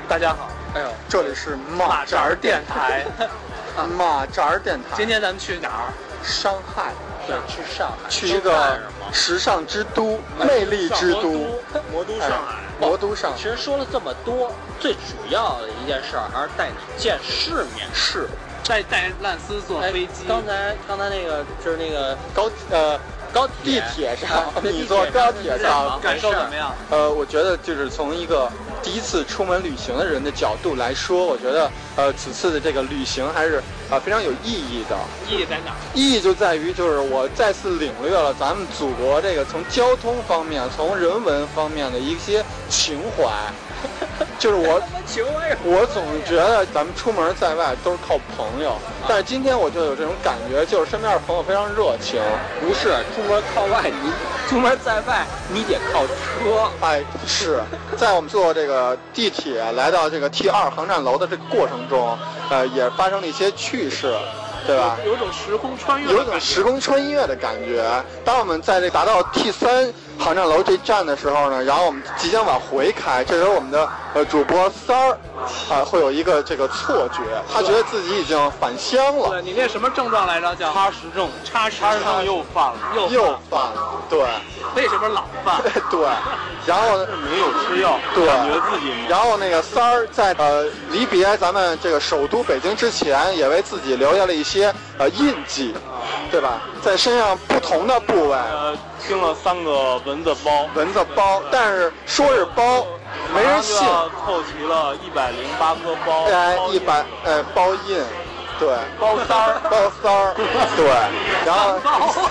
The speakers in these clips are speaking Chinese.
大家好， 哎呦，这里是马扎电台， 马扎电台。 今天咱们去哪儿？ 上海。 对，去上海， 去一个时尚之都、魅力之都 ——魔都上海。 魔都上海。 其实说了这么多，最主要的一件事还是带你见世面。 是。 带烂丝坐飞机。 刚才那个就是那个高地铁上，你坐高铁上感受怎么样？ 我觉得就是从一个第一次出门旅行的人的角度来说，我觉得此次的这个旅行还是非常有意义的。 意义在哪？ 意义就在于就是我再次领略了咱们祖国这个从交通方面、从人文方面的一些情怀。就是我总觉得咱们出门在外都是靠朋友，但是今天我就有这种感觉，就是身边的朋友非常热情。 不是出门靠外，你出门在外你得靠车。 哎，是在我们坐这个地铁来到这个 T2 航站楼的这个过程中，也发生了一些趣事。对吧？ 有种时空穿越， 有种时空穿越的感觉。当我们在这达到 T3 航站楼这站的时候呢，然后我们即将往回开，这时候我们的主播三儿会有一个这个错觉，他觉得自己已经返乡了。 对，你那什么症状来着？叫插时症。 插时症又犯了， 又犯了。对。 为什么老犯？ 对。然后没有吃药， 对， 感觉自己。 然后那个三儿在离别咱们这个首都北京之前，也为自己留下了一些印记，对吧？在身上不同的部位。 听了3个蚊子包， 但是说是包，没人信。 凑齐了108颗包。 包印。对，包三儿，对，然后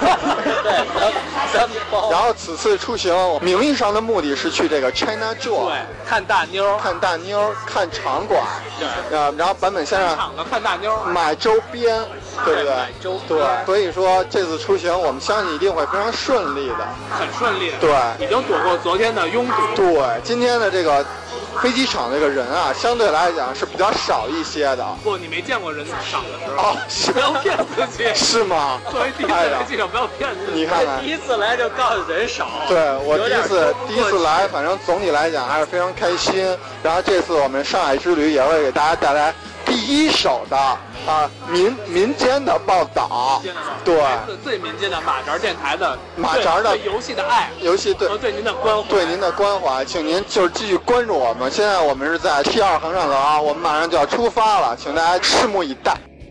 对， 然后此次出行，名义上的目的是去这个 China Joy， 对，看大妞， 看场馆，对，然后版本先生看大妞， 买周边，对不对？ 买周边， 对，所以说这次出行，我们相信一定会非常顺利的， 很顺利， 对， 已经躲过昨天的拥堵， 对，今天的这个飞机场这个人啊，相对来讲是比较少一些的。 不，你没见过人少的时候。 哦， 不要骗自己。 是吗？ 作为第一次来记者，不要骗自己。 你看看， 第一次来就告诉人少。 对，我第一次来，反正总体来讲还是非常开心。然后这次我们上海之旅也会给大家带来第一手的民间的报道。对， 最民间的马扎电台的对游戏的爱，和对您的关怀，请您就是继续关注我们。现在我们是在 T2 航站楼啊，我们马上就要出发了，请大家拭目以待。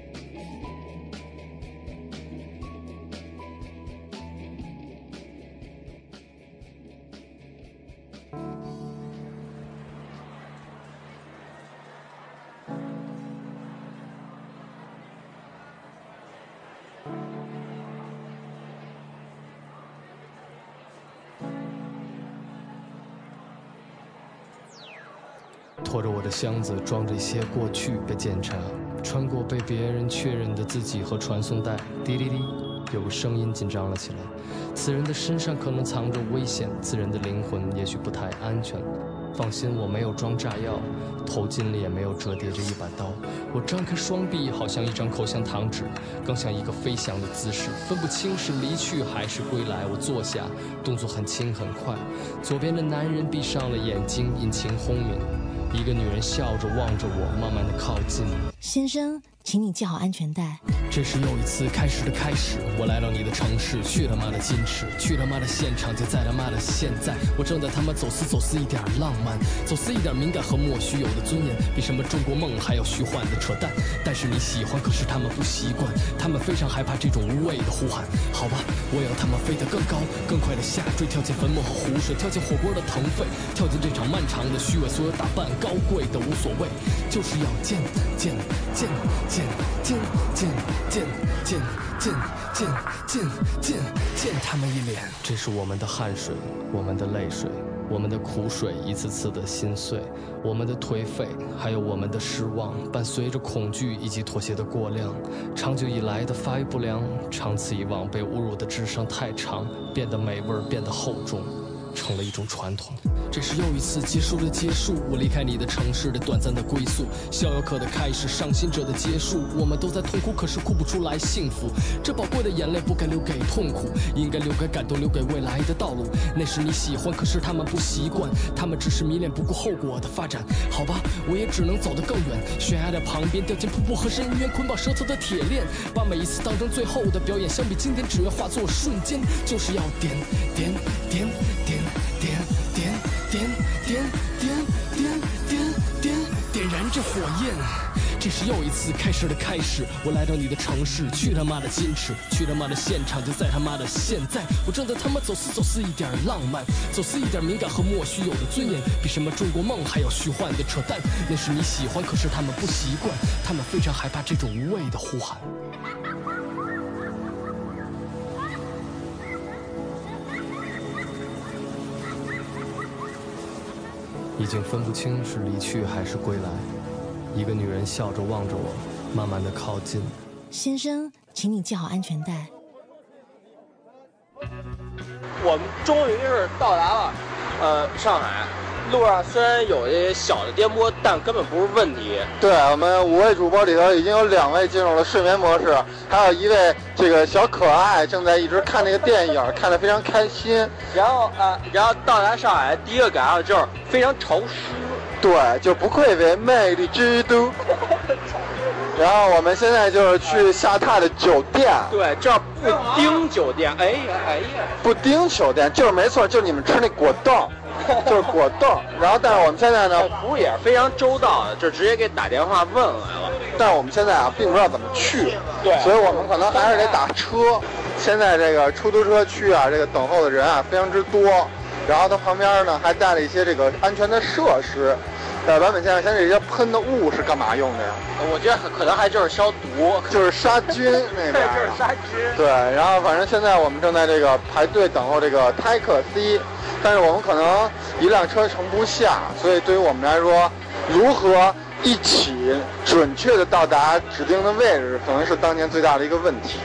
拖着我的箱子，装着一些过去被检查，穿过被别人确认的自己和传送带，滴滴滴，有个声音紧张了起来。此人的身上可能藏着危险，此人的灵魂也许不太安全。放心，我没有装炸药，头巾里也没有折叠着一把刀。我张开双臂，好像一张口香糖纸，更像一个飞翔的姿势，分不清是离去还是归来。我坐下，动作很轻很快。左边的男人闭上了眼睛，引擎轰鸣。一个女人笑着望着我，慢慢地靠近。 先生，请你系好安全带。 这是又一次开始的开始，我来到你的城市，去他妈的矜持，去他妈的现场，就在他妈的现在，我正在他妈走私一点浪漫，走私一点敏感和莫须有的尊严，比什么中国梦还要虚幻的扯淡。但是你喜欢，可是他们不习惯，他们非常害怕这种无谓的呼喊。好吧，我要他们飞得更高，更快的下坠，跳进坟墓和湖水，跳进火锅的腾沸，跳进这场漫长的虚伪，所有打扮高贵的无所谓，就是要见他们一脸。这是我们的汗水，我们的泪水，我们的苦水，一次次的心碎，我们的颓废，还有我们的失望，伴随着恐惧以及妥协的过量，长久以来的发育不良，长此以往被侮辱的智商太长，变得美味，变得厚重。 成了一种传统。这是又一次结束的结束，我离开你的城市的短暂的归宿，逍遥客的开始，伤心者的结束。我们都在痛哭，可是哭不出来幸福。这宝贵的眼泪不该留给痛苦，应该留给感动，留给未来的道路。那是你喜欢，可是他们不习惯，他们只是迷恋不顾后果的发展。好吧，我也只能走得更远，悬崖的旁边掉进瀑布和深渊，捆绑舌头的铁链，把每一次当成最后的表演。相比经典，只愿化作瞬间，就是要点点点点点点点点点点点点点燃这火焰。这是又一次开始的开始，我来到你的城市，去他妈的矜持，去他妈的现场，就在他妈的现在。我正在他妈走私一点浪漫，走私一点敏感和莫须有的尊严，比什么中国梦还要虚幻的扯淡。那是你喜欢，可是他们不习惯，他们非常害怕这种无谓的呼喊。已经分不清是离去还是归来，一个女人笑着望着我，慢慢的靠近。 先生，请你系好安全带。 我们终于是到达了上海，路上虽然有一些小的颠簸，但根本不是问题。 对，我们5位主播里头已经有2位进入了睡眠模式，还有1位这个小可爱正在一直看那个电影，看得非常开心。 然后到达上海第一个感受就是非常潮湿。 对，就不愧为魅力之都。然后我们现在就是去下榻的酒店。 对，这布丁酒店。哎呀， 布丁酒店就是没错，就是你们吃那果冻，就是果冻。然后，但是我们现在呢， 服务也是非常周到的，就直接给打电话问来了。 但是我们现在啊，并不知道怎么去， 对， 所以我们可能还是得打车。现在这个出租车区啊，这个等候的人啊非常之多。然后它旁边呢还带了一些这个安全的设施。版本先生，像这些喷的雾是干嘛用的呀？ 我觉得可能还就是消毒， 就是杀菌那边。 就是杀菌。 对，然后反正现在我们正在这个排队等候这个泰克 C， 但是我们可能一辆车盛不下，所以对于我们来说，如何一起准确的到达指定的位置，可能是当年最大的一个问题。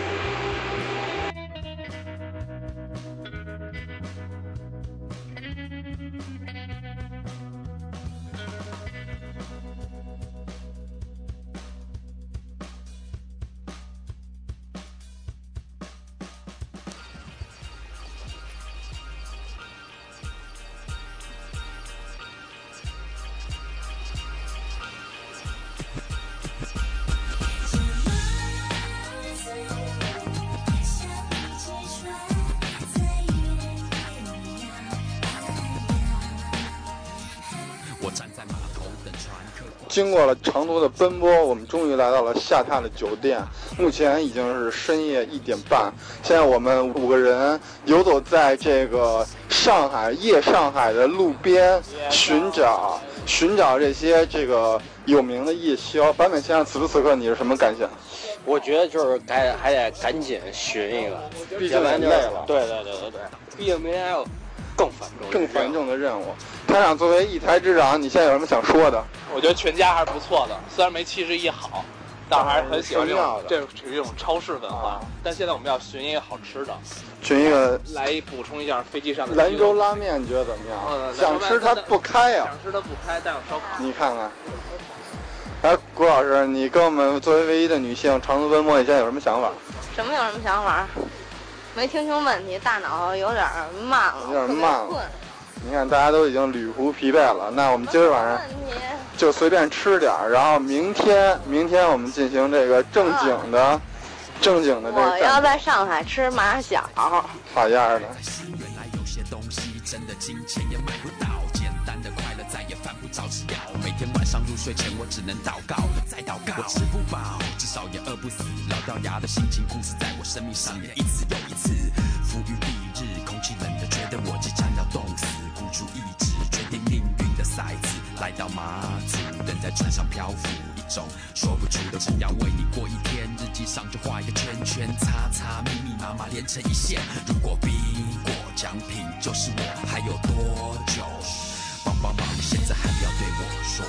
经过了长途的奔波，我们终于来到了下榻的酒店。目前已经是深夜1点半。现在我们5个人游走在这个夜上海的路边，寻找这些这个有名的夜宵。坂本先生，此时此刻你是什么感想？ 我觉得就是还得赶紧寻一个， 毕竟累了。 对，毕竟明天还有更繁重的任务。台长作为一台之长，你现在有什么想说的？ 我觉得全家还是不错的，虽然没71好，但还是很喜欢这种超市文化。但现在我们要寻一个好吃的， 寻一个来补充一下飞机上的兰州拉面，你觉得怎么样？想吃它不开呀， 想吃它不开，但有烧烤。 你看看。哎，古老师，你跟我们作为唯一的女性长途奔波，你现在有什么想法？ 有什么想法？没听清问题，大脑有点慢了， 你看，大家都已经旅途疲惫了，那我们今儿晚上就随便吃点，然后明天我们进行这个正经的这个。 我要在上海吃马小， 好样的。 原来有些东西真的金钱也买不到，简单的快乐再也犯不着吃药。每天晚上入睡前我只能祷告，再祷告。我吃不饱，至少也饿不死。老掉牙的心情故事在我生命上演一次又一次。浮于蔽日，空气冷的觉得我即将要冻死。孤注一掷，决定命运的骰子。来到马祖，人在船上漂浮，一种说不出的只要为你过一天，日记上就画一个圈圈，叉叉密密麻麻连成一线。如果冰果奖品就是我，还有多久？帮忙，你现在还不要对我说。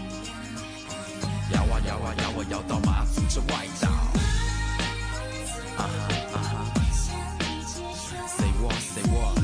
摇啊摇啊摇啊摇到马祖这外岛。 Say what？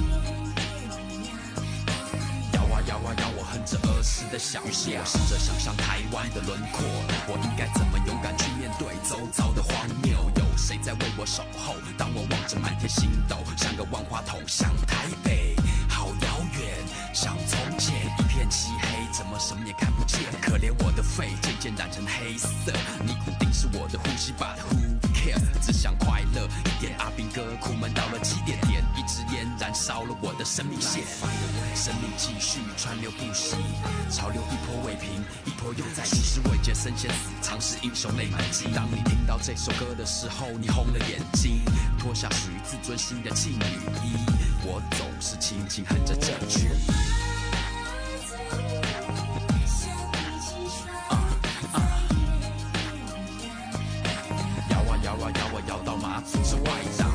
摇啊摇啊摇，我哼着儿时的小调，试着想象台湾的轮廓，我应该怎么勇敢去面对周遭的荒谬？有谁在为我守候？当我望着满天星斗，像个万花筒，向台北，好遥远，像从前一片漆黑，怎么什么也看不见？可怜我的肺渐渐染成黑色，尼古丁是我的呼吸，But who cares？ 只想快乐一点。阿兵哥苦闷到了极点，点一支烟燃烧了我的生命线，生命继续川流不息，潮流一波未平，一波又在。故事未决身先死，常是英雄泪满襟。当你听到这首歌的时候，你红了眼睛，脱下属于自尊心的劲雨衣，我总是轻轻哼着这曲。摇啊摇啊摇啊摇到马祖之外岛。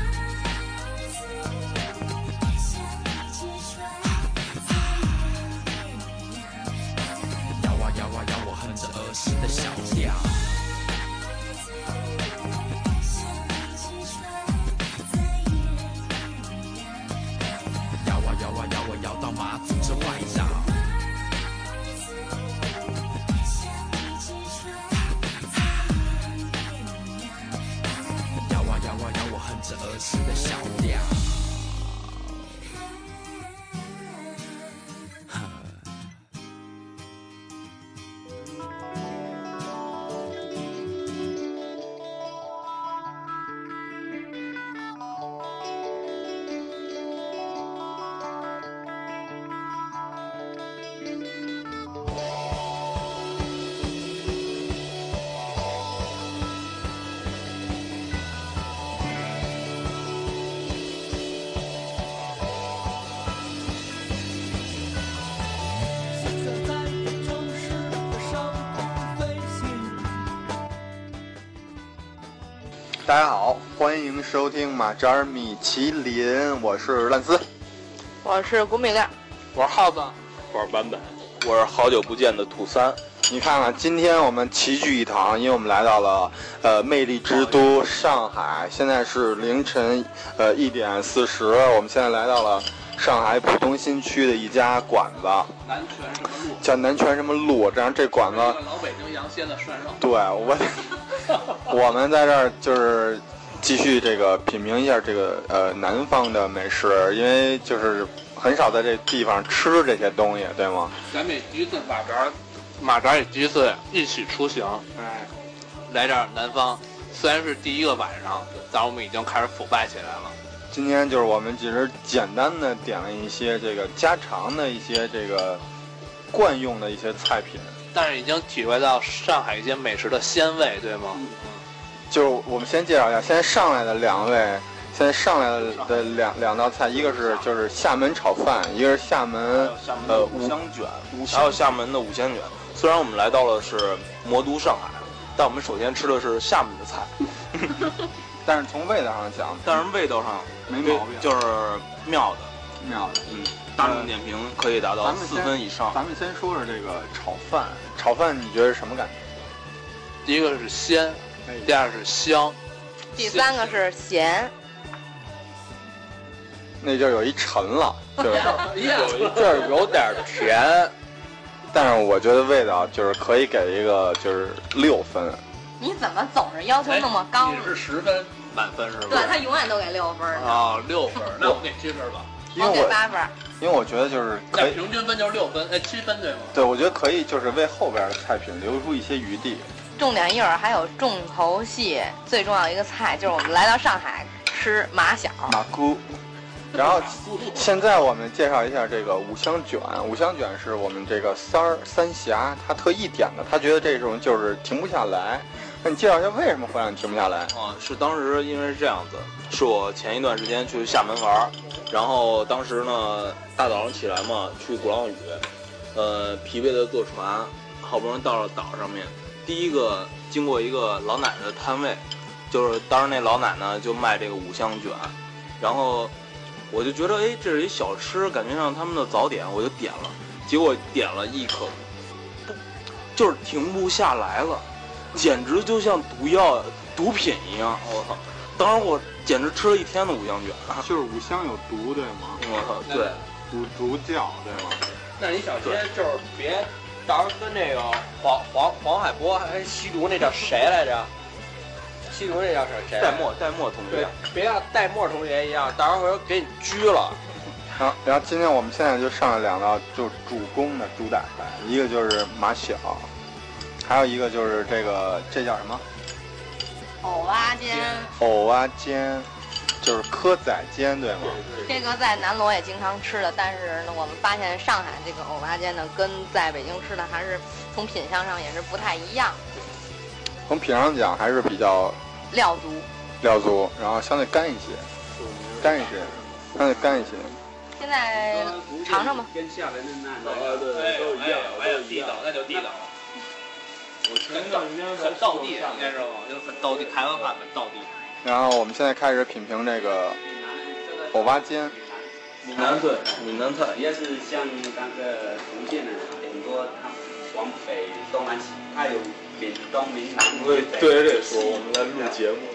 摇啊摇，我哼着儿时的小调。摇啊摇啊摇，我摇到马祖之外岛。摇啊摇啊摇，我哼着儿时的小调。 大家好，欢迎收听马扎米其林，我是烂丝， 我是古米亮， 我是耗子， 我是版本，我是好久不见的土三。 你看看，今天我们齐聚一堂，因为我们来到了魅力之都上海，现在是凌晨1点40，我们现在来到了上海浦东新区的一家馆子， 南泉什么路？ 叫南泉什么路，这样这馆子老北京羊蝎子涮肉。 对，我们在这儿就是继续这个品评一下这个南方的美食，因为就是很少在这地方吃这些东西，对吗？ 咱们也第一次马扎也第一次一起出行，来这儿南方，虽然是第一个晚上，但我们已经开始腐败起来了。 今天就是我们只是简单的点了一些这个家常的一些这个惯用的一些菜品， 但是已经体会到上海一些美食的鲜味，对吗？ 就是我们先介绍一下，现在上来的两道菜，一个是就是厦门炒饭，一个是厦门五香卷，还有厦门的五香卷。虽然我们来到了是魔都上海，但我们首先吃的是厦门的菜。 但是从味道上讲， 没毛病，就是妙的。大众点评可以达到4分以上。 咱们先说说这个炒饭你觉得是什么感觉？ 第一个是鲜，第二是香， 第三个是咸。 那就有一沉了，就是这有点甜， 但是我觉得味道就是可以给一个就是6分。 你怎么总是要求那么高？ 你是10分满分是吧？ 对，他永远都给6分。 啊，6分，那我给7分吧。 我给8分。 因为我觉得就是可以， 平均分就是6分，7分对吗？ 对，我觉得可以，就是为后边的菜品留出一些余地。 重点一会儿还有重头戏，最重要一个菜就是我们来到上海吃马小马姑。然后现在我们介绍一下这个五香卷。五香卷是我们这个三峡他特意点的，他觉得这种就是停不下来。那你介绍一下为什么会让你停不下来？ 是当时因为是这样子，是我前一段时间去厦门玩，然后当时呢大早上起来嘛，去鼓浪屿，疲惫的坐船，好不容易到了岛上面，第一个经过一个老奶奶的摊位，就是当时那老奶奶就卖这个五香卷，然后我就觉得这是一小吃，感觉像他们的早点，我就点了，结果点了一口，就是停不下来了，简直就像毒品一样，我操！ 当时我简直吃了一天的五香卷。 就是五香有毒，对吗？ 我操，对， 毒教，对吗？ 那你小心，就是别到时候跟那个黄海波还吸毒那叫谁来着？吸毒那叫谁？ 戴墨同学。 对，别像戴墨同学一样，到时候给你拘了。 然后今天我们现在就上了2道就是主攻的主打菜，一个就是马小，还有一个就是这叫什么？ 藕蛙煎。 藕蛙煎，就是蚵仔煎，对吗？ 这个在南锣也经常吃的，但是呢，我们发现上海这个藕蛙煎呢，跟在北京吃的还是从品相上也是不太一样。 从品上讲还是比较料足， 然后相对干一些，相对干一些。 现在尝尝吧。 跟厦门的那对，都一样， 地道，那就地道。 我前一段时间很道地，应该是吧？就很道地，台湾话很道地。 然后我们现在开始品评这个藕蛙煎。 闽南菜也是像那个福建的很多，它往北东南西，它有闽东闽南。 对这说，我们在录节目。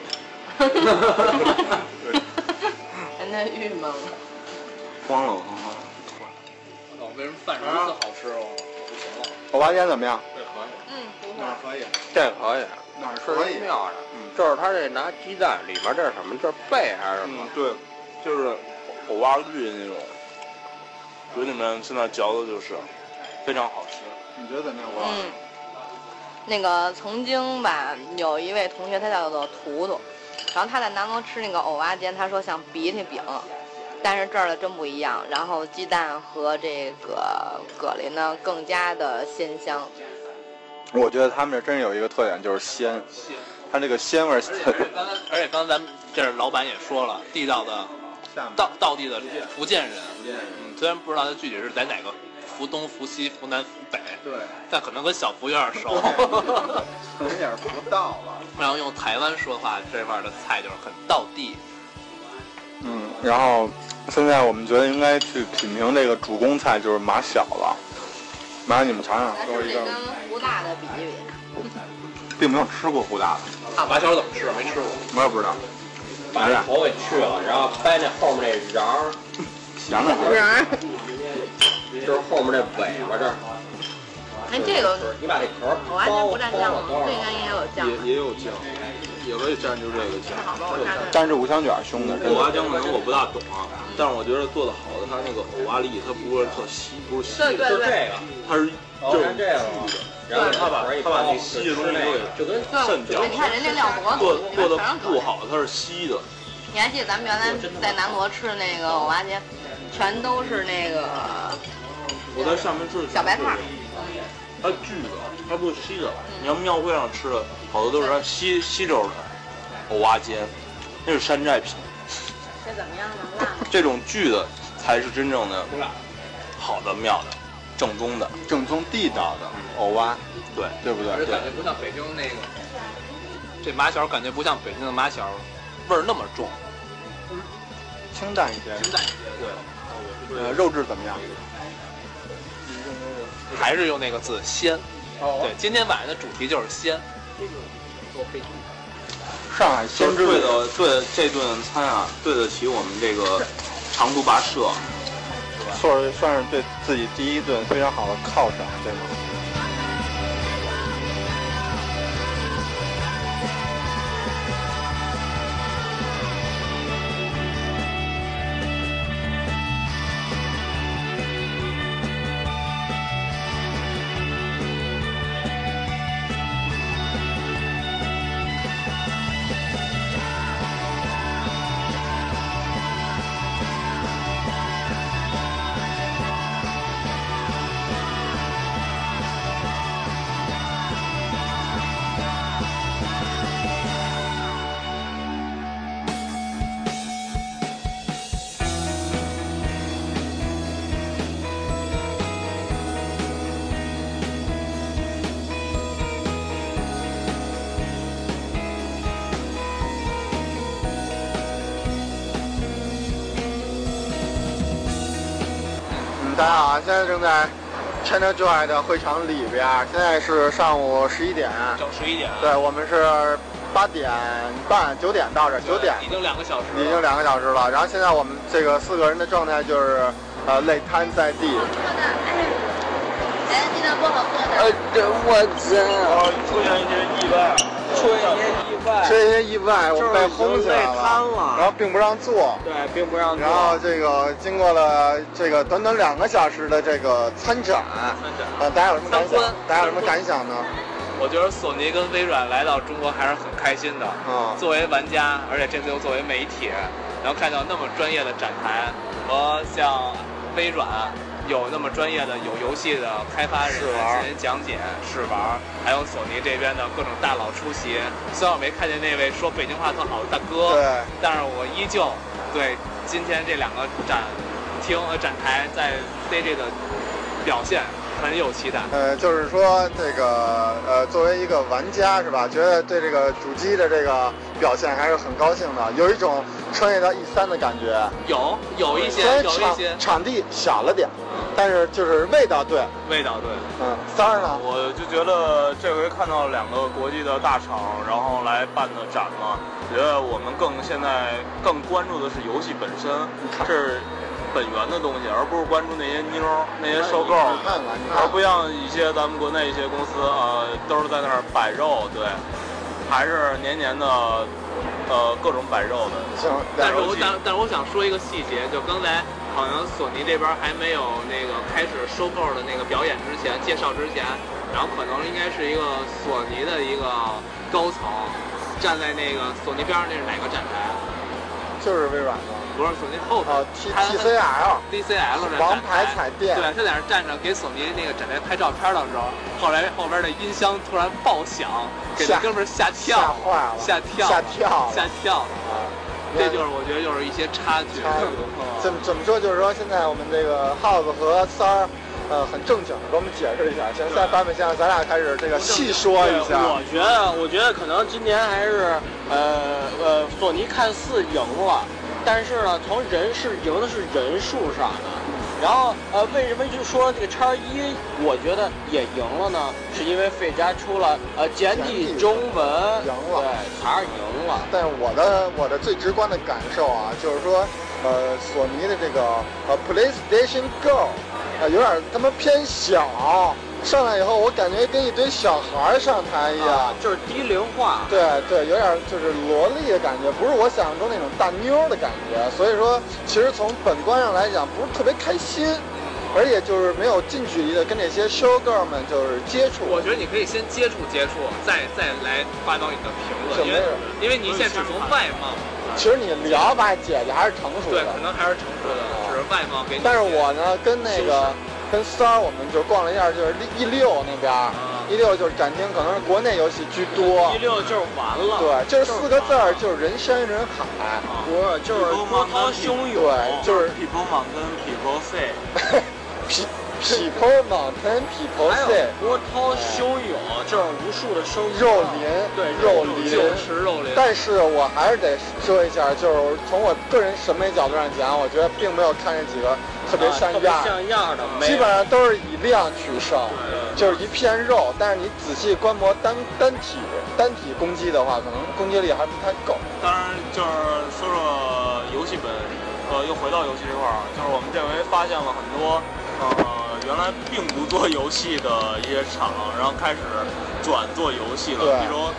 人家郁闷了。 慌了。 为什么饭如此好吃哦？不行了。 藕蛙煎怎么样？ 这可以。 不错。 可以。 这可以， 哪儿可以妙的。这是他这拿鸡蛋，里面这是什么？这是贝还是什么？ 对，就是藕蛙绿那种，嘴里面现在嚼的就是非常好吃。 你觉得怎么样？ 那个曾经吧，有一位同学他叫做图图，然后他在南锣吃那个藕蛙煎，他说像鼻涕饼，但是这儿的真不一样。然后鸡蛋和这个蛤蜊呢更加的鲜香。 我觉得他们这真有一个特点，就是鲜，它这个鲜味儿。 而且刚才咱们这儿老板也说了，地道的道地的福建人，虽然不知道他具体是在哪个福东、福西、福南、福北， 对， 但可能跟小福有点熟， 有点不到了。 然后用台湾说话这块的菜就是很道地。 然后现在我们觉得应该去品评这个主攻菜，就是马小了。马小，你们尝尝， 咱是得跟湖大的比一比。 并没有吃过湖大的。 马小怎么吃？没吃过， 我也不知道。 把这头给去了，然后掰那后面那瓤儿， 咸的就是后面那尾巴这儿。 哎，这个你把这壳藕蛙煎不蘸酱吗？这应该也有酱。 也有酱，也可以蘸就这个酱。 好吧，我蘸蘸。 蘸着五香卷凶的。 藕蛙姜可能我不大懂啊，但是我觉得做的好的，它那个藕蛙粒它不是特稀，不是稀的， 就这个， 它是就是这个。然后他把那稀的东西都给就跟渗掉。 你看人家料多做的不好，它是稀的。 你还记得咱们原来在南锣吃那个藕蛙煎，全都是那个我在上面吃小白块， 它巨的，它不是稀的。你要庙会上吃的，好多都是稀粥的藕蛙煎，那是山寨品。 这怎么样呢？辣吗？ 这种巨的才是真正的好的庙的。正宗地道的藕蛙，对不对？ 而且感觉不像北京那个，这马小感觉不像北京的马小味儿那么重， 清淡一些。 对。 肉质怎么样？ 还是用那个字鲜。对，今天晚上的主题就是鲜。 上海鲜之对这顿餐啊，对得起我们这个长途跋涉。 算是对自己第一顿非常好的犒赏，对吗？大家好，现在正在 ChinaJoy 的会场里边，现在是上午11点， 整11点。 对，我们是 8点半9点到这儿，9点已经2个小时了， 已经2个小时了。然后现在我们这个4个人的状态就是累瘫在地。 鸡蛋不好做的。 出现一些意外， 出现一些意外，我们被轰起来了， 然后并不让坐。 对，并不让坐。 然后这个经过了这个短短2个小时的这个参展，大家有什么感想？大家有什么感想呢？ 我觉得索尼跟微软来到中国还是很开心的。作为玩家，而且这次又作为媒体，然后看到那么专业的展台和像微软有那么专业的有游戏的开发人员进行讲解试玩，还有索尼这边的各种大佬出席。虽然我没看见那位说北京话特好的大哥， 对， 但是我依旧对今天这2个展台在 CG 的表现很有期待。 就是说这个作为一个玩家是吧，觉得对这个主机的这个表现还是很高兴的，有一种穿越到E3的感觉。 有一些场地小了点，但是就是味道对。三儿呢？ 我就觉得这回看到2个国际的大厂，然后来办的展嘛，觉得我们现在更关注的是游戏本身，是本源的东西，而不是关注那些妞那些收购，而不像一些咱们国内一些公司都是在那儿摆肉，对，还是年的各种摆肉的。 行， 但是我想说一个细节，就刚才好像索尼这边还没有那个开始收购的那个表演之前，介绍之前，然后可能应该是一个索尼的一个高层站在那个索尼边上，那是哪个展台？ 就是微软的。 不是索尼后头 TCL 王牌彩电， 对，他在那站着给索尼那个展台拍照片的时候，后来后边的音箱突然爆响，给那哥们吓跳， 吓坏了， 吓跳了。这就是我觉得就是一些差距。 怎么说？就是说现在我们这个耗子和三儿。很正经的给我们解释一下，行，现在版本现在咱俩开始这个细说一下。 我觉得可能今年还是索尼看似赢了，但是呢，从赢的是人数上的。然后为什么就说这个X1我觉得也赢了呢？是因为费加出了简体中文， 赢了， 对，还是赢了。 但是我的最直观的感受啊，就是说索尼的这个PlayStation Go。有点他妈偏小，上来以后我感觉跟一堆小孩上台一样， 就是低龄化。 对，有点就是萝莉的感觉，不是我想象中那种大妞的感觉。所以说，其实从本观上来讲，不是特别开心，而且就是没有近距离的跟这些 showgirl 们就是接触。 我觉得你可以先接触，再来发表你的评论，因为你现在只从外貌。 其实你聊吧，姐姐还是成熟的， 对，可能还是成熟的，只是外貌给你。 但是我呢，跟三儿，我们就逛了一下，就是E6那边，E6就是展厅，可能是国内游戏居多。 E6就是完了， 对，就是4个字儿，就是人山人海， 不是，就是波涛汹涌， 对，就是 People Mountain People Sea。 People Mountain People Sea， 波涛汹涌，就是无数的生命， 肉林， 对， 肉林， 就吃肉林。 但是我还是得说一下，就是从我个人审美角度上讲，我觉得并没有看这几个特别像样的， 基本上都是以量取胜，就是一片肉。但是你仔细观摩单体攻击的话，可能攻击力还不太够。 当然，就是说游戏本，又回到游戏这块儿，就是我们这回发现了很多。原来并不做游戏的一些厂，然后开始转做游戏了，比如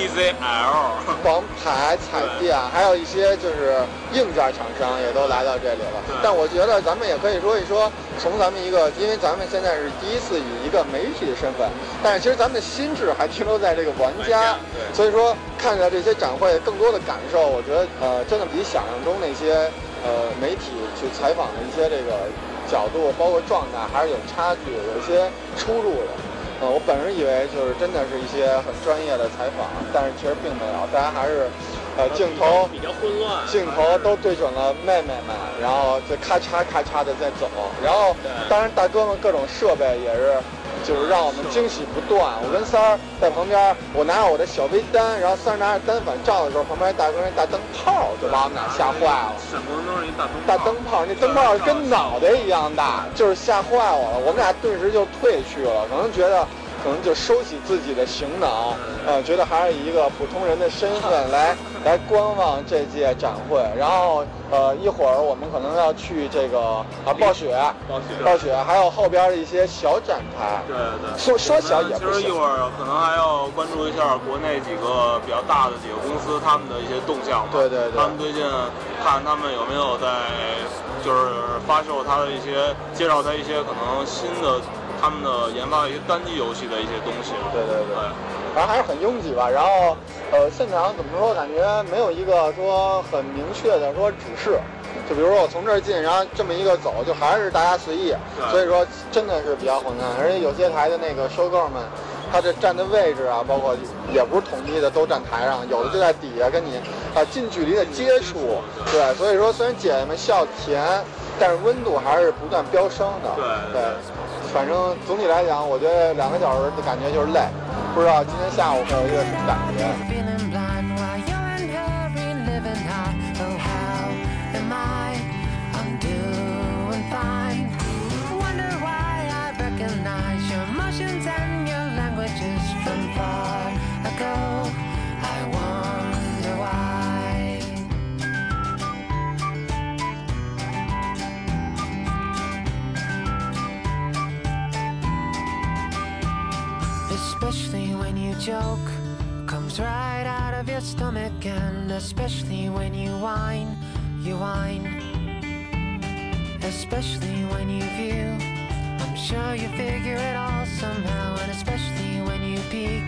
TCL、 王牌彩电，还有一些就是硬件厂商也都来到这里了。但我觉得咱们也可以说一说，从咱们一个，因为咱们现在是第一次以一个媒体的身份，但是其实咱们的心智还停留在这个玩家，所以说看着这些展会更多的感受，我觉得真的比想象中那些媒体去采访的一些这个角度，包括状态还是有差距，有一些出入的。我本人以为就是真的是一些很专业的采访，但是其实并没有，大家还是镜头比较混乱， 镜头都对准了妹妹们，然后就咔嚓咔嚓的在走，然后当然大哥们各种设备也是。就是让我们惊喜不断。我跟三儿在旁边，我拿着我的小微单，然后三儿拿着单反照的时候，旁边大哥那大灯泡就把我们俩吓坏了。 闪光灯是一大灯泡，那灯泡跟脑袋一样大，就是吓坏我了。我们俩顿时就退去了，可能觉得可能就收起自己的行囊，觉得还是以一个普通人的身份来观望这届展会。然后一会儿我们可能要去这个暴雪，还有后边的一些小展台。 对， 说小也不小。 其实一会儿可能还要关注一下国内几个比较大的几个公司他们的一些动向吧。 对， 他们最近看他们有没有在就是发售他的一些介绍他一些可能新的他们的研发的一些单机游戏的一些东西。 对，反正还是很拥挤吧。然后现场怎么说，感觉没有一个说很明确的说指示。就比如说我从这儿进，然后这么一个走，就还是大家随意。所以说真的是比较混乱，而且有些台的那个收购们，他这站的位置啊，包括也不是统一的都站台上，有的就在底下跟你近距离的接触。对，所以说虽然姐姐们笑甜，但是温度还是不断飙升的。对，反正总体来讲，我觉得2个小时的感觉就是累。不知道今天下午会有一个什么感觉。 Especially when you joke, comes right out of your stomach, and especially when you whine. Especially when you view, I'm sure you figure it all somehow, and especially when you peek.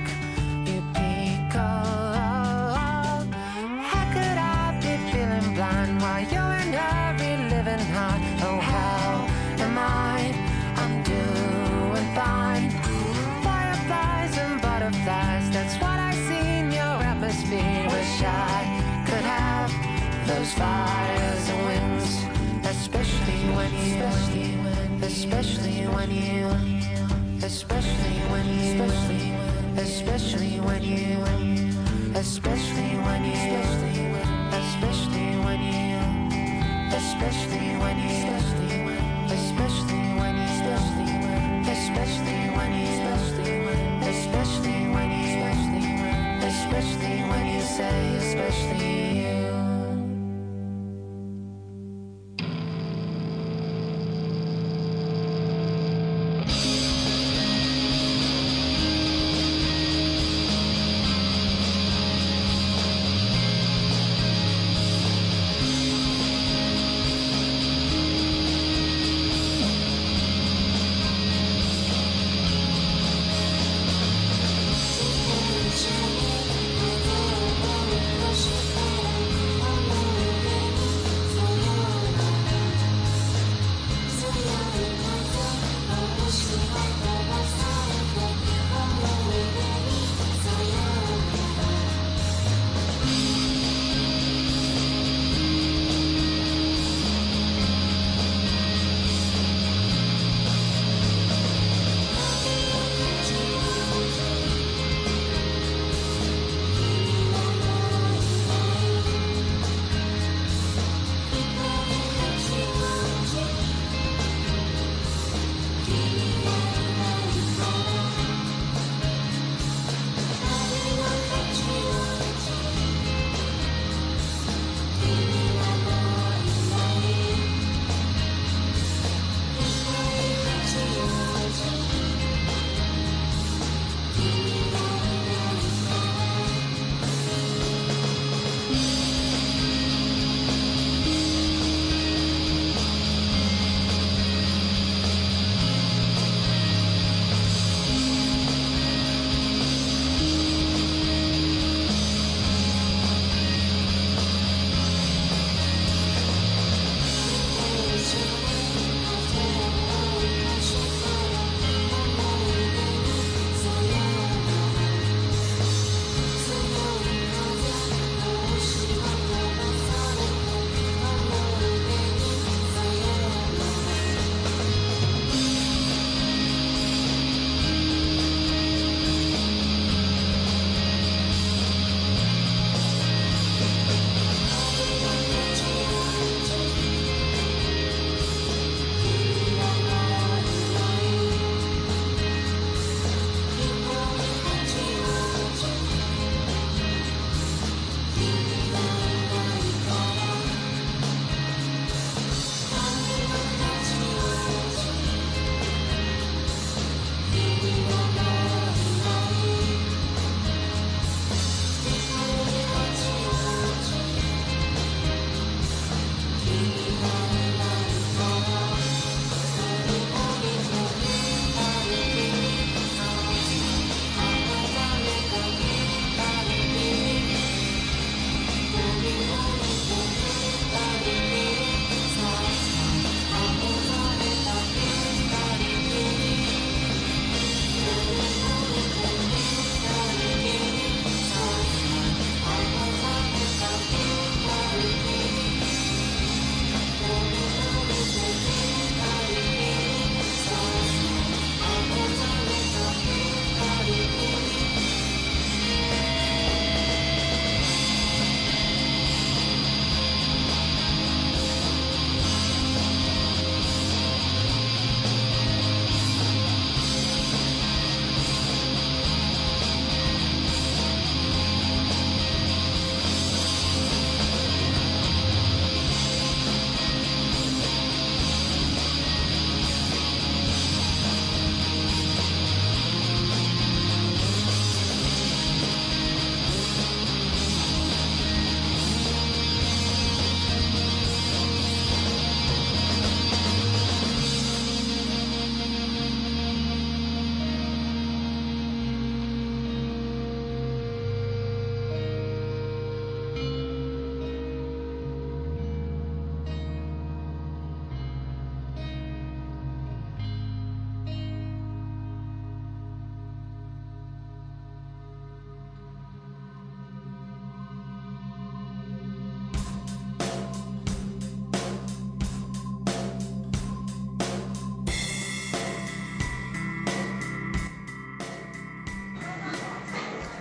Oh, how could I be feeling blind while you're in hurry living hard? Oh, how am I? I'm doing fine. Fireflies and butterflies, that's what I see in your atmosphere. Wish I could have those fires and wings. Especially when you, especially when you, especially when you, especially when you, especially when you, especially when you, especially when you, especially when you, especially when you, especially when you, especially when you say, especially you.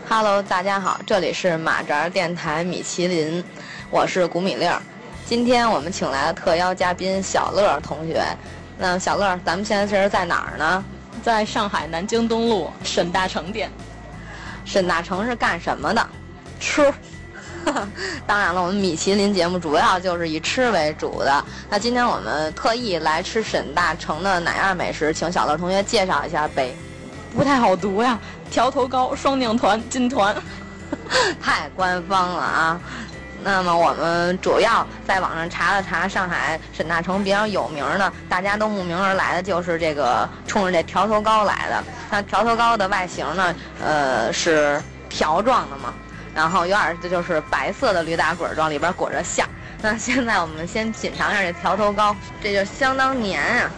Hello， 大家好，这里是马扎电台米其林，我是古米粒儿。今天我们请来了特邀嘉宾小乐同学。那小乐，咱们现在这是在哪儿呢？ 在上海南京东路沈大成店。 沈大成是干什么的？吃。当然了，我们米其林节目主要就是以吃为主的。那今天我们特意来吃沈大成的哪样美食，请小乐同学介绍一下呗。 不太好读呀，条头糕、双酿团、金团， 太官方了啊！那么我们主要在网上查了查，上海沈大成比较有名的，大家都慕名而来的就是这个冲着这条头糕来的。那条头糕的外形呢，是条状的嘛，然后有点就是白色的驴打滚状，里边裹着馅儿。那现在我们先品尝一下这条头糕，这就相当黏啊，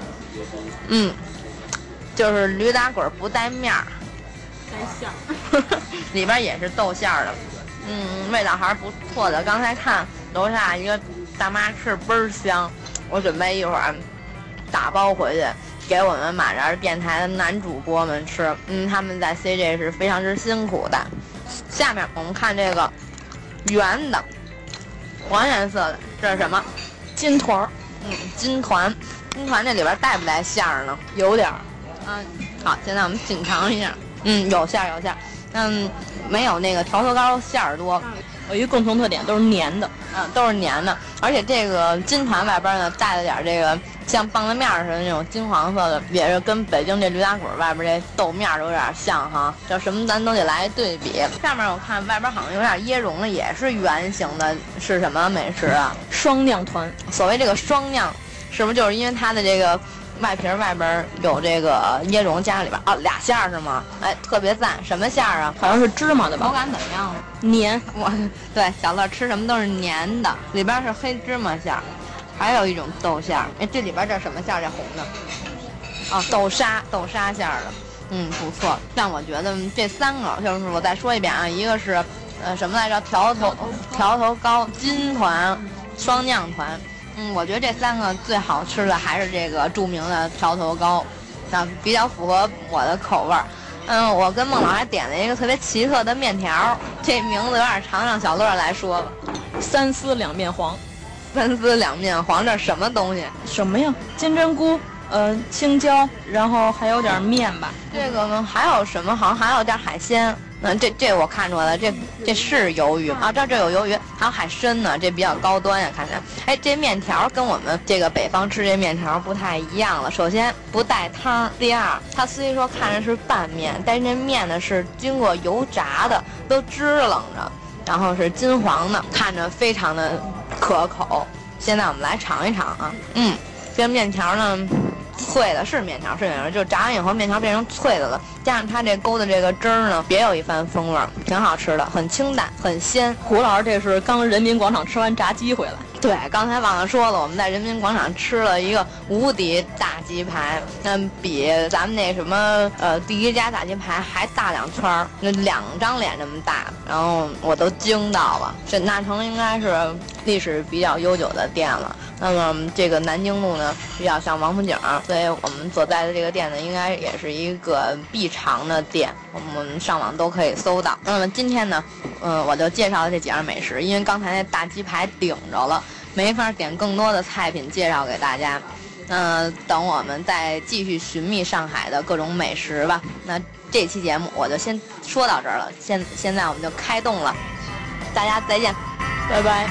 就是驴打滚不带面儿， 带馅儿， 里边也是豆馅儿的，味道还是不错的。刚才看楼下一个大妈吃倍儿香，我准备一会儿打包回去给我们马扎电台的男主播们吃，他们在 CJ 是非常之辛苦的。下面我们看这个圆的黄颜色的，这是什么？ 金团。 金团这里边带不带馅儿呢？ 有点儿。 好，现在我们品尝一下。有馅儿。没有那个条头糕馅儿多。 有一个共同特点，都是黏的。 都是黏的。而且这个金团外边呢带了点这个像棒子面似的那种金黄色的，也是跟北京这驴打滚外边这豆面有点像哈。这什么咱都得来对比。下面我看外边好像有点椰蓉的，也是圆形的，是什么美食啊？ 双酿团。 所谓这个双酿，是不是就是因为它的这个外皮外边有这个椰蓉加里边俩馅儿是吗？特别赞。什么馅儿啊？ 好像是芝麻的吧？ 口感怎么样？ 黏。 对，小乐吃什么都是黏的，里边是黑芝麻馅儿，还有一种豆馅儿。这里边这什么馅儿？这红的？豆沙馅儿的。不错。但我觉得这三个就是我再说一遍啊，一个是什么来着？条头糕、金团、双酿团。我觉得这三个最好吃的还是这个著名的条头糕，比较符合我的口味儿。我跟孟老还点了一个特别奇特的面条，这名字有点长，让小乐来说吧。 三丝两面黄。 三丝两面黄，这是什么东西？ 什么呀？金针菇，青椒，然后还有点面吧。 这个呢还有什么？好像还有点海鲜。这我看出来了，这是鱿鱼啊，这有鱿鱼，还有海参呢，这比较高端呀，看起来。这面条跟我们这个北方吃这面条不太一样了。首先不带汤，第二，它虽说看着是拌面，但是这面呢是经过油炸的，都支棱着，然后是金黄的，看着非常的可口。现在我们来尝一尝啊，这面条呢。脆的是面条，就炸完以后面条变成脆的了，加上它这勾的这个汁儿呢，别有一番风味，挺好吃的，很清淡，很鲜。 胡老师这是刚人民广场吃完炸鸡回来。 对，刚才忘了说了，我们在人民广场吃了一个无敌大鸡排，比咱们那什么第一家大鸡排还大2圈，那2张脸这么大，然后我都惊到了。沈大成应该是历史比较悠久的店了。那么这个南京路呢比较像王府井，所以我们所在的这个店呢应该也是一个必尝的店，我们上网都可以搜到。那么今天呢我就介绍了这几样美食，因为刚才那大鸡排顶着了，没法点更多的菜品介绍给大家。等我们再继续寻觅上海的各种美食吧。那这期节目我就先说到这儿了，现在我们就开动了，大家再见， 拜拜。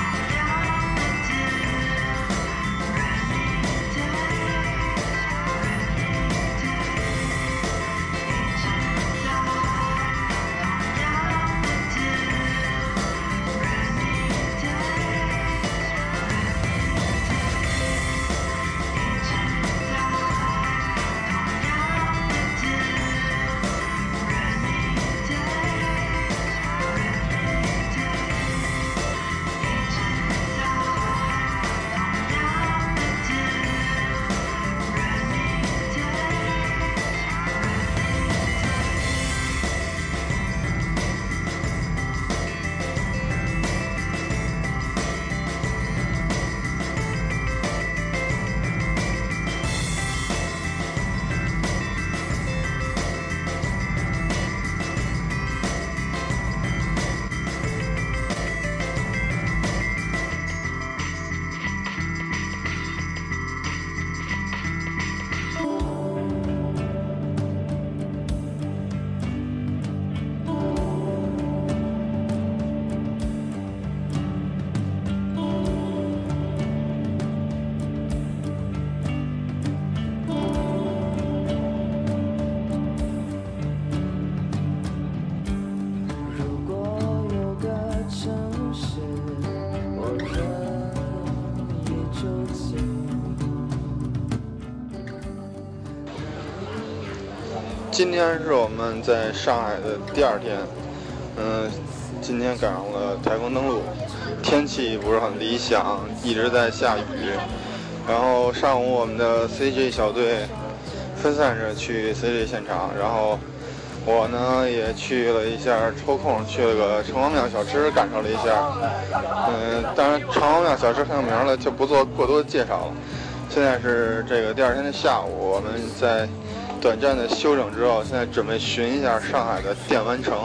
今天是我们在上海的第2天，今天赶上了台风登陆，天气不是很理想，一直在下雨。然后上午我们的 CJ 小队分散着去 CJ 现场，然后我呢也去了一下，抽空去了个城隍庙小吃，感受了一下。当然城隍庙小吃很有名了，就不做过多的介绍了。现在是这个第2天的下午，我们在短暂的休整之后，现在准备巡一下上海的电玩城。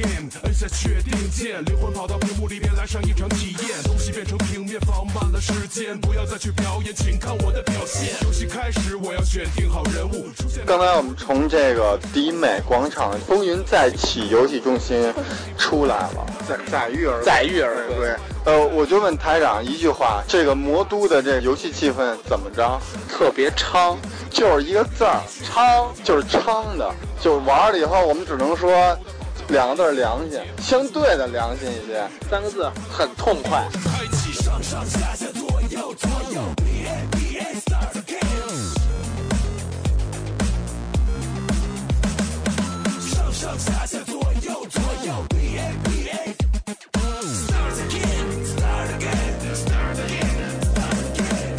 摁下确定键，灵魂跑到屏幕里边来上一场体验，东西变成平面放慢了时间，不要再去表演，请看我的表现。游戏开始，我要选定好人物。 刚才我们从这个迪美广场风云再起游戏中心出来了，载誉而归。我就问台长一句话，这个魔都的这游戏气氛怎么着？ 特别昌， 就是一个字儿， 昌， 就是昌的。就是玩了以后，我们只能说2个字良心，相对的良心一些。 3个字很痛快。 开启上上下下左右左右 BA start again。上上下下左右左右 BA start again start again start again start again。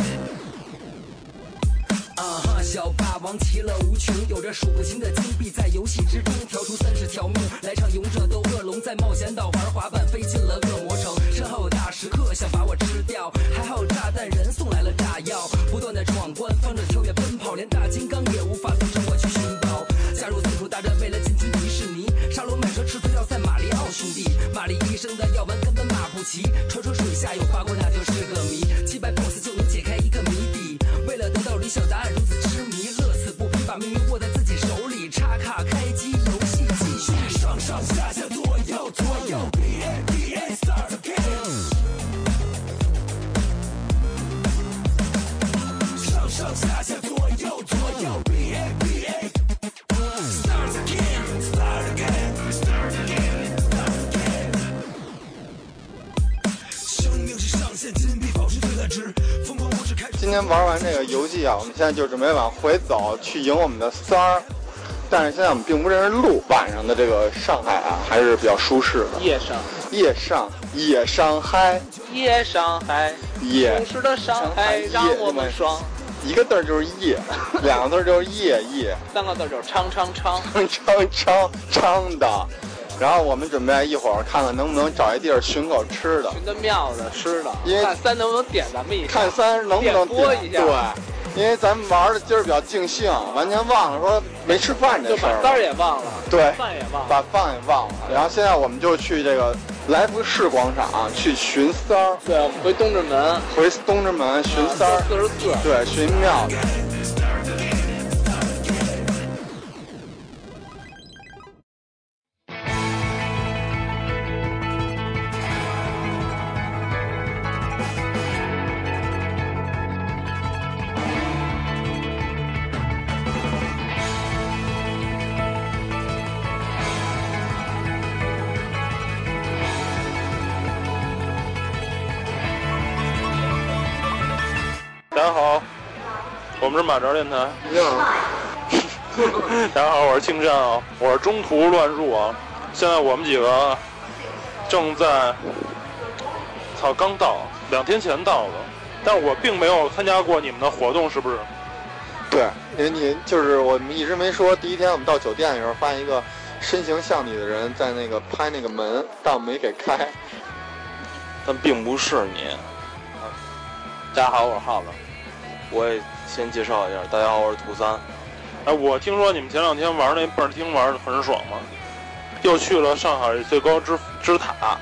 小霸王其乐无穷，有着数不清的金币，在游戏之中调出30条命，来场勇者斗恶龙，在冒险岛玩滑板飞进了恶魔城，身后有大食客想把我吃掉，还好有炸弹人送来了炸药，不断的闯关，方着跳跃奔跑，连大金刚也无法阻止我去寻宝。加入松鼠大战，为了进军迪士尼，沙罗买车吃腿要赛马里奥兄弟，玛丽医生的药丸根本马不齐，传说水下有花果那就是个谜，击败 BOSS 就能解开一个谜底，为了得到理想答案如此痴迷，乐此不疲，把命运握在自己手里，插卡开机，游戏继续， 上上下下左右左右 BA start again。上上下下左右左右 BA start again start again start again start again。生命是上限，金币保持最大值，疯狂模式开。 今天玩完这个游戏啊，我们现在就准备往回走，去迎我们的三儿。但是现在我们并不认识路，晚上的这个上海啊，还是比较舒适的。 夜上海，舒适的上海让我们爽。 一个字就是夜，2个字就是夜 ，3个字就是昌的。然后我们准备一会儿看看能不能找一地儿寻口吃的， 寻个庙的吃的， 因为看3能不能点咱们一下， 看3能不能播一下。 对，因为咱们玩的今儿比较尽兴，完全忘了说没吃饭这事儿， 就把3也忘了， 对， 把饭也忘了。 然后现在我们就去这个来福士广场去寻三儿。 对，我们回东直门寻三儿 44， 对，寻庙。 大家好，我们是马扎电台。你好。大家好，我是青山啊，我是中途乱入啊。现在我们几个正在，刚到，2天前到的，但是我并没有参加过你们的活动，是不是？ 对，因为你就是我们一直没说，第一天我们到酒店的时候，发现一个身形像你的人在那个拍那个门，但我没给开。 但并不是你。 大家好，我是浩子。 我也先介绍一下，大家好，我是涂三。 哎，我听说你们前2天玩那倍儿厅玩的很爽嘛，又去了上海最高之塔，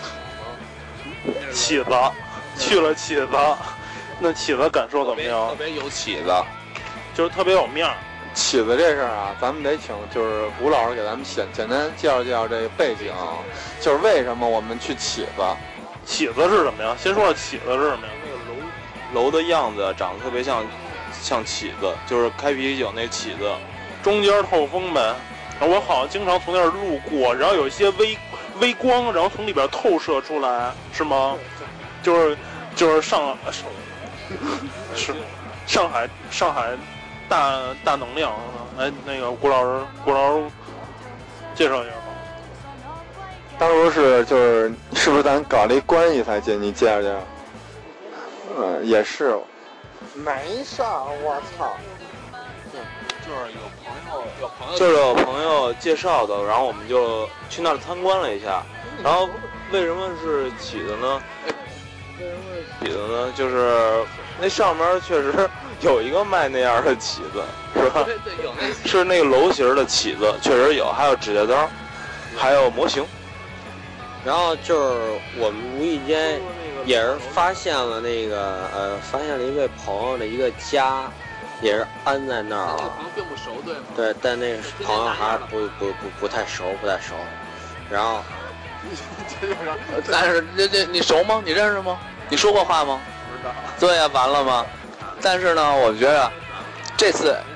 起子，去了起子，那起子感受怎么样？ 特别有起子， 就是特别有面儿。 起子这事儿啊，咱们得请就是吴老师给咱们简单介绍介绍这个背景，就是为什么我们去起子。 起子是什么呀？先说说起子是什么呀？ 楼的样子长得特别像起子，就是开啤酒那起子， 中间透风呗。然后我好像经常从那儿路过，然后有一些微光，然后从里边透射出来，是吗？就是上海大能量。哎，那个顾老师介绍一下吧。 当初是不是咱搞了一关系才进？你介绍介绍。也是，没事儿，我操。 就是有朋友介绍的，然后我们就去那儿参观了一下。然后为什么是起的呢？就是那上面确实有一个卖那样的起子，是吧？ 对，有那是那个楼型的起子，确实有，还有指甲刀。 还有模型。 然后就是我们无意间也是发现了发现了一位朋友的一个家，也是安在那儿了。 那个朋友并不熟，对吗？ 对，但那个朋友还不太熟。然后， 但是你熟吗？你认识吗？你说过话吗？ 不知道。 对呀，完了吗？但是呢，我觉得这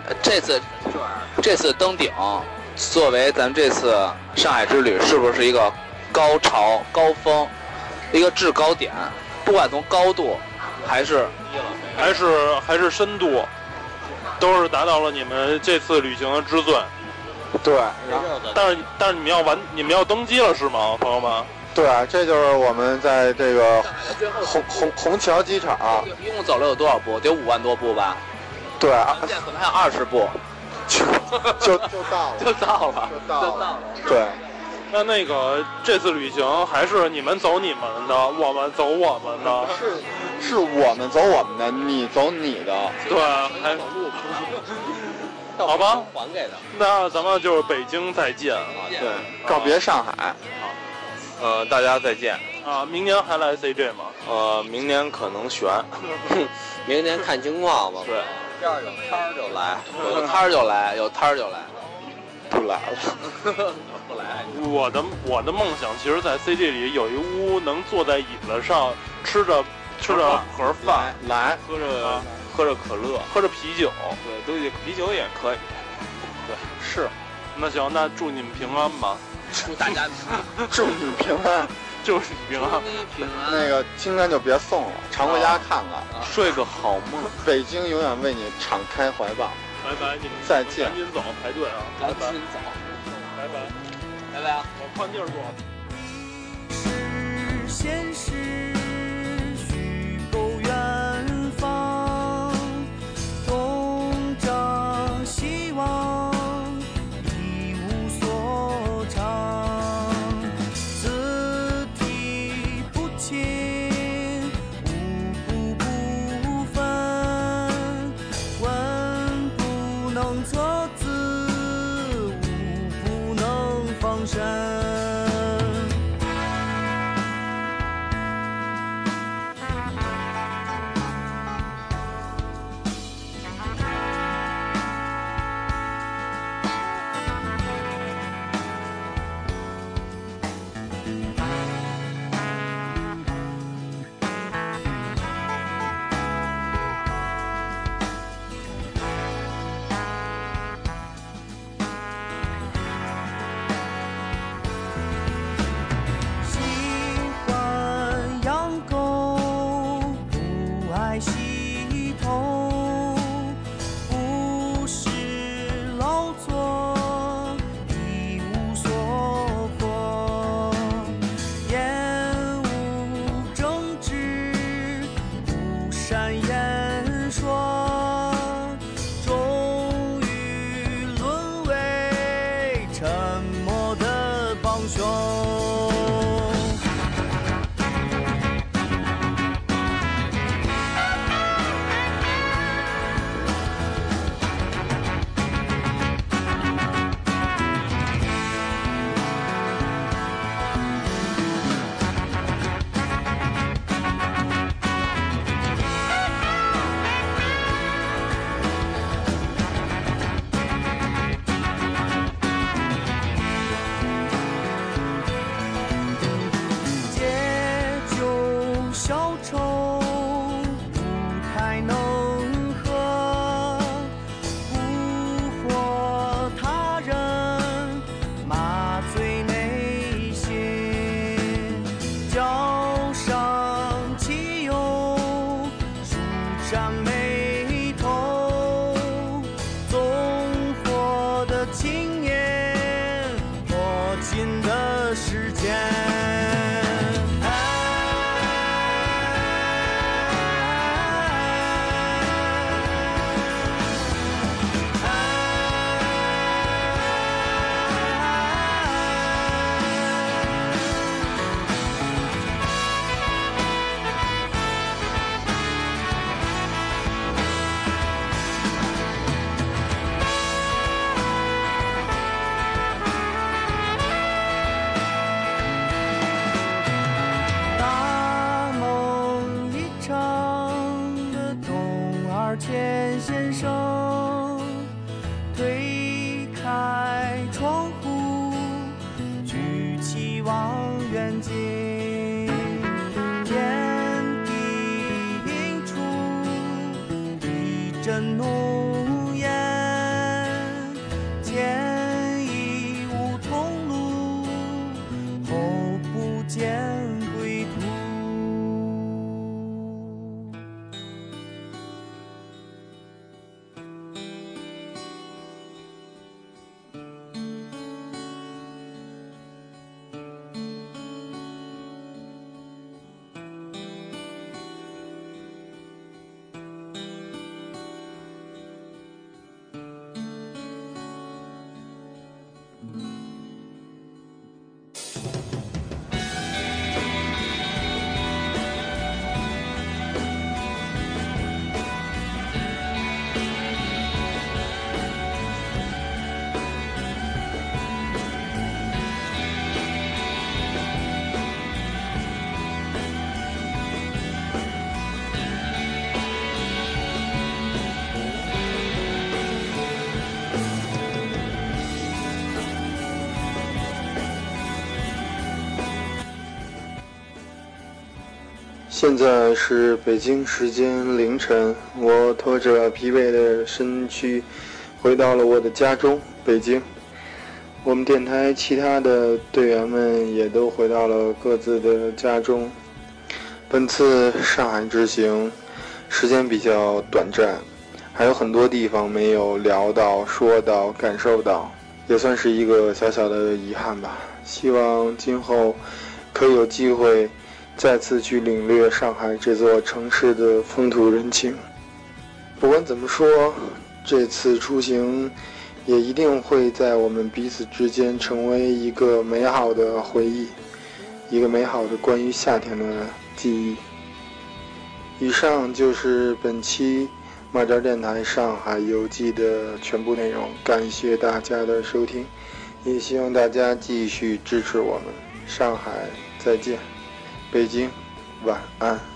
次登顶，作为咱这次上海之旅，是不是一个高潮、高峰，一个制高点？不管从高度，还是深度，都是达到了你们这次旅行的之最。 对， 但是你们要登基了是吗，朋友们？ 对，这就是我们在这个虹桥机场， 一共走了有多少步？得5万多步吧？ 对， 现在可能还有20步， 就到了。对。 那个这次旅行还是你们走你们的，我们走我们的。 是我们走我们的，你走你的。 对，还走路吧。好吧， 还给他。 那咱们就是北京再见啊！ 对，告别上海。 大家再见啊！明年还来 CJ 吗？ 明年可能悬， 明年看情况吧。 对， 这儿有摊儿就来， 有摊儿就来，有摊儿就来， 不来了。 不来。 我的梦想，其实，在 CJ 里有一屋能坐在椅子上吃着盒饭， 来喝着可乐， 喝着啤酒， 对，啤酒也可以。 对，是。那行，那祝你们平安吧。 祝大家平安， 祝你平安， 祝你平安， 平安。 那个青山就别送了，常回家看看， 睡个好梦。 北京永远为你敞开怀抱。 拜拜，你们再见。 赶紧走，排队啊！ 赶紧走， 拜拜， 拜拜啊！ 我换地儿坐。 是现实，虚构远方，东张西望。错字，无不能放生。 境，天地映出一阵浓烟，前已无同路，后不见归途。 现在是北京时间凌晨，我拖着疲惫的身躯回到了我的家中北京。我们电台其他的队员们也都回到了各自的家中。本次上海之行时间比较短暂，还有很多地方没有聊到、说到、感受到，也算是一个小小的遗憾吧。希望今后可以有机会再次去领略上海这座城市的风土人情。不管怎么说，这次出行也一定会在我们彼此之间成为一个美好的回忆，一个美好的关于夏天的记忆。以上就是本期马扎电台上海游记的全部内容，感谢大家的收听，也希望大家继续支持我们。上海再见，北京晚安。